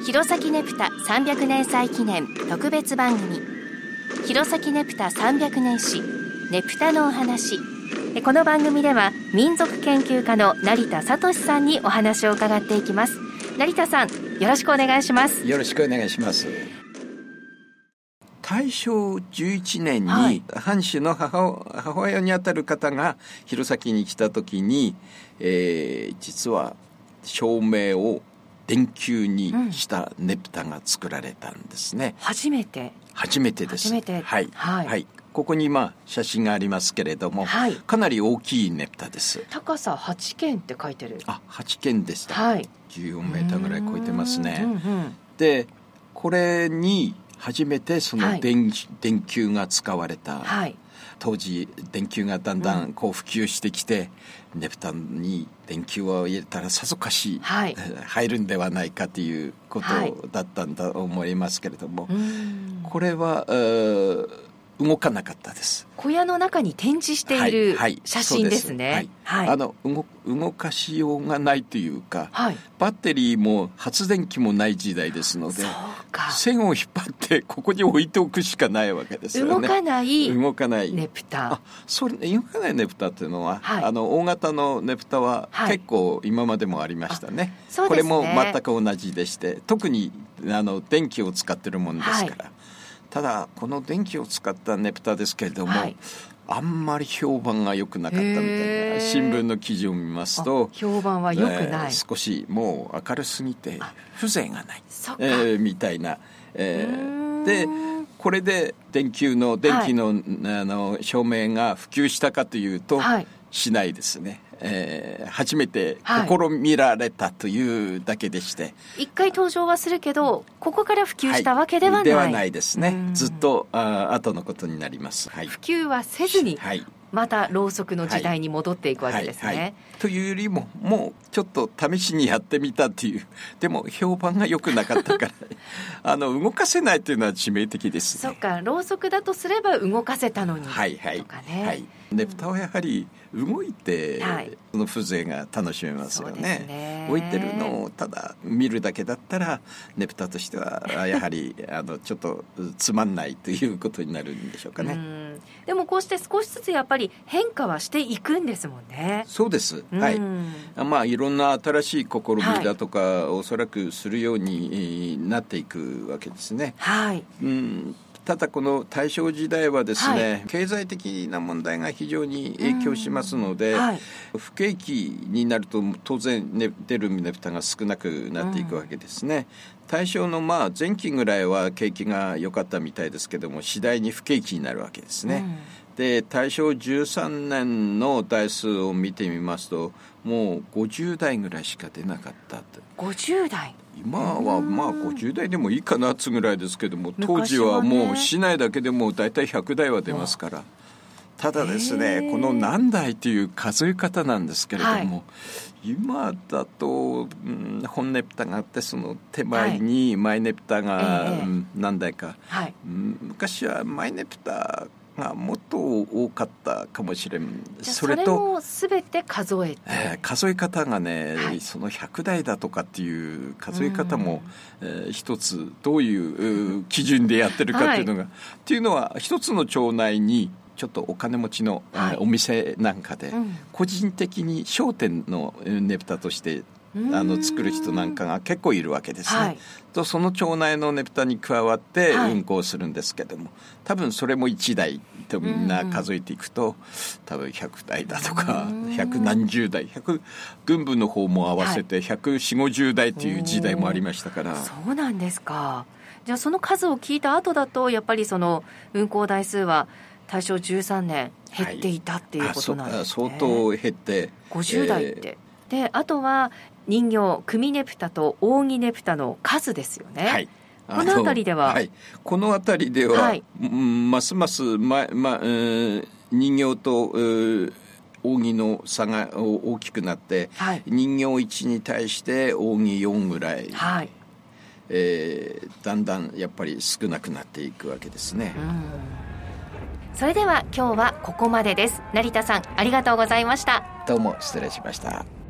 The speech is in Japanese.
弘前ねぷた300年祭記念特別番組、弘前ねぷた300年史ねぷたのお話。この番組では民族研究家の成田聡さんにお話を伺っていきます。成田さん、よろしくお願いします。 よろしくお願いします。大正11年に藩主の母親にあたる方が弘前に来た時に、実は照明を電球にしたねぷたが作られたんですね。 初めてです。 はい、ここに写真がありますけれども、かなり大きいねぷたです。 高さ8間って書いてる。 8間でした、14メーターぐらい超えてますね。でこれに初めてその電球が使われた、当時電球がだんだん普及してきて、ねぷたに電球を入れたらさぞかし、入るんではないかということだったんだと思いますけれども、これは動かなかったです。 小屋の中に展示している写真ですね。 動かしようがないというか、バッテリーも発電機もない時代ですので、線を引っ張ってここに置いておくしかないわけですよね。 動かないねぷた。 動かないねぷたというのは、大型のねぷたは結構今までもありましたね。これも全く同じでして、特に電気を使ってるもんですから、ただこの電気を使ったねぷたですけれども、あんまり評判が良くなかったみたいな新聞の記事を見ますと、 評判は良くない、 少しもう明るすぎて風情がない、みたいな、でこれで電気の照明が普及したかというと、しないですね。初めて試みられたというだけでして、 一回登場はするけどここから普及したわけではない、 ではないですね。ずっと後のことになります。 普及はせずに、またろうそくの時代に戻っていくわけですね。 というよりももうちょっと試しにやってみたっていう、でも評判が良くなかったから動かせないというのは致命的ですね。 そうか、ろうそくだとすれば動かせたのに、とかね。 ねぷたはやはり動いて、その風情が楽しめますよね。動いてるのをただ見るだけだったらねぷたとしてはやはりちょっとつまんないということになるんでしょうかね。 でもこうして少しずつやっぱり変化はしていくんですもんね。 そうです。いろんな新しい試みだとか、おそらくするようになっていくわけですね。ただこの大正時代はですね、経済的な問題が非常に影響しますので、不景気になると当然、出るねぷたが少なくなっていくわけですね。大正の前期ぐらいは景気が良かったみたいですけども、次第に不景気になるわけですね。で大正13年の台数を見てみますと、もう50台ぐらいしか出なかったと。 50台、 今は50台でもいいかなつぐらいですけども、当時はもう市内だけでもだいたい100台は出ますから。ただですね、この何台という数え方なんですけれども、今だと、本ねぷたがあって、その手前に前ねぷたが何台か、昔は前ねぷたがもっと多かったかもしれん。 それも全て数えて、 数え方がね、その100台だとかっていう数え方も、一つどういう基準でやってるかっていうのが、っていうのは一つの町内にちょっとお金持ちの、お店なんかで、個人的に商店のねぷたとして作る人なんかが結構いるわけですね。とその町内のねぷたに加わって運行するんですけども、多分それも1台とみんな数えていくと、多分100台だとか100何十台、軍部の方も合わせて140、50台という時代もありましたから。 そうなんですか。じゃあその数を聞いた後だと、やっぱりその運行台数は大正13年減っていたっていうことなんですね。 相当減って 50台って、であとは人形、組ねぷたと扇ねぷたの数ですよね。この辺りでは、 この辺りでは、ますます、人形と扇の差が大きくなって、人形1に対して扇4ぐらい、だんだんやっぱり少なくなっていくわけですね。 それでは今日はここまでです。成田さん、ありがとうございました。 どうも失礼しました。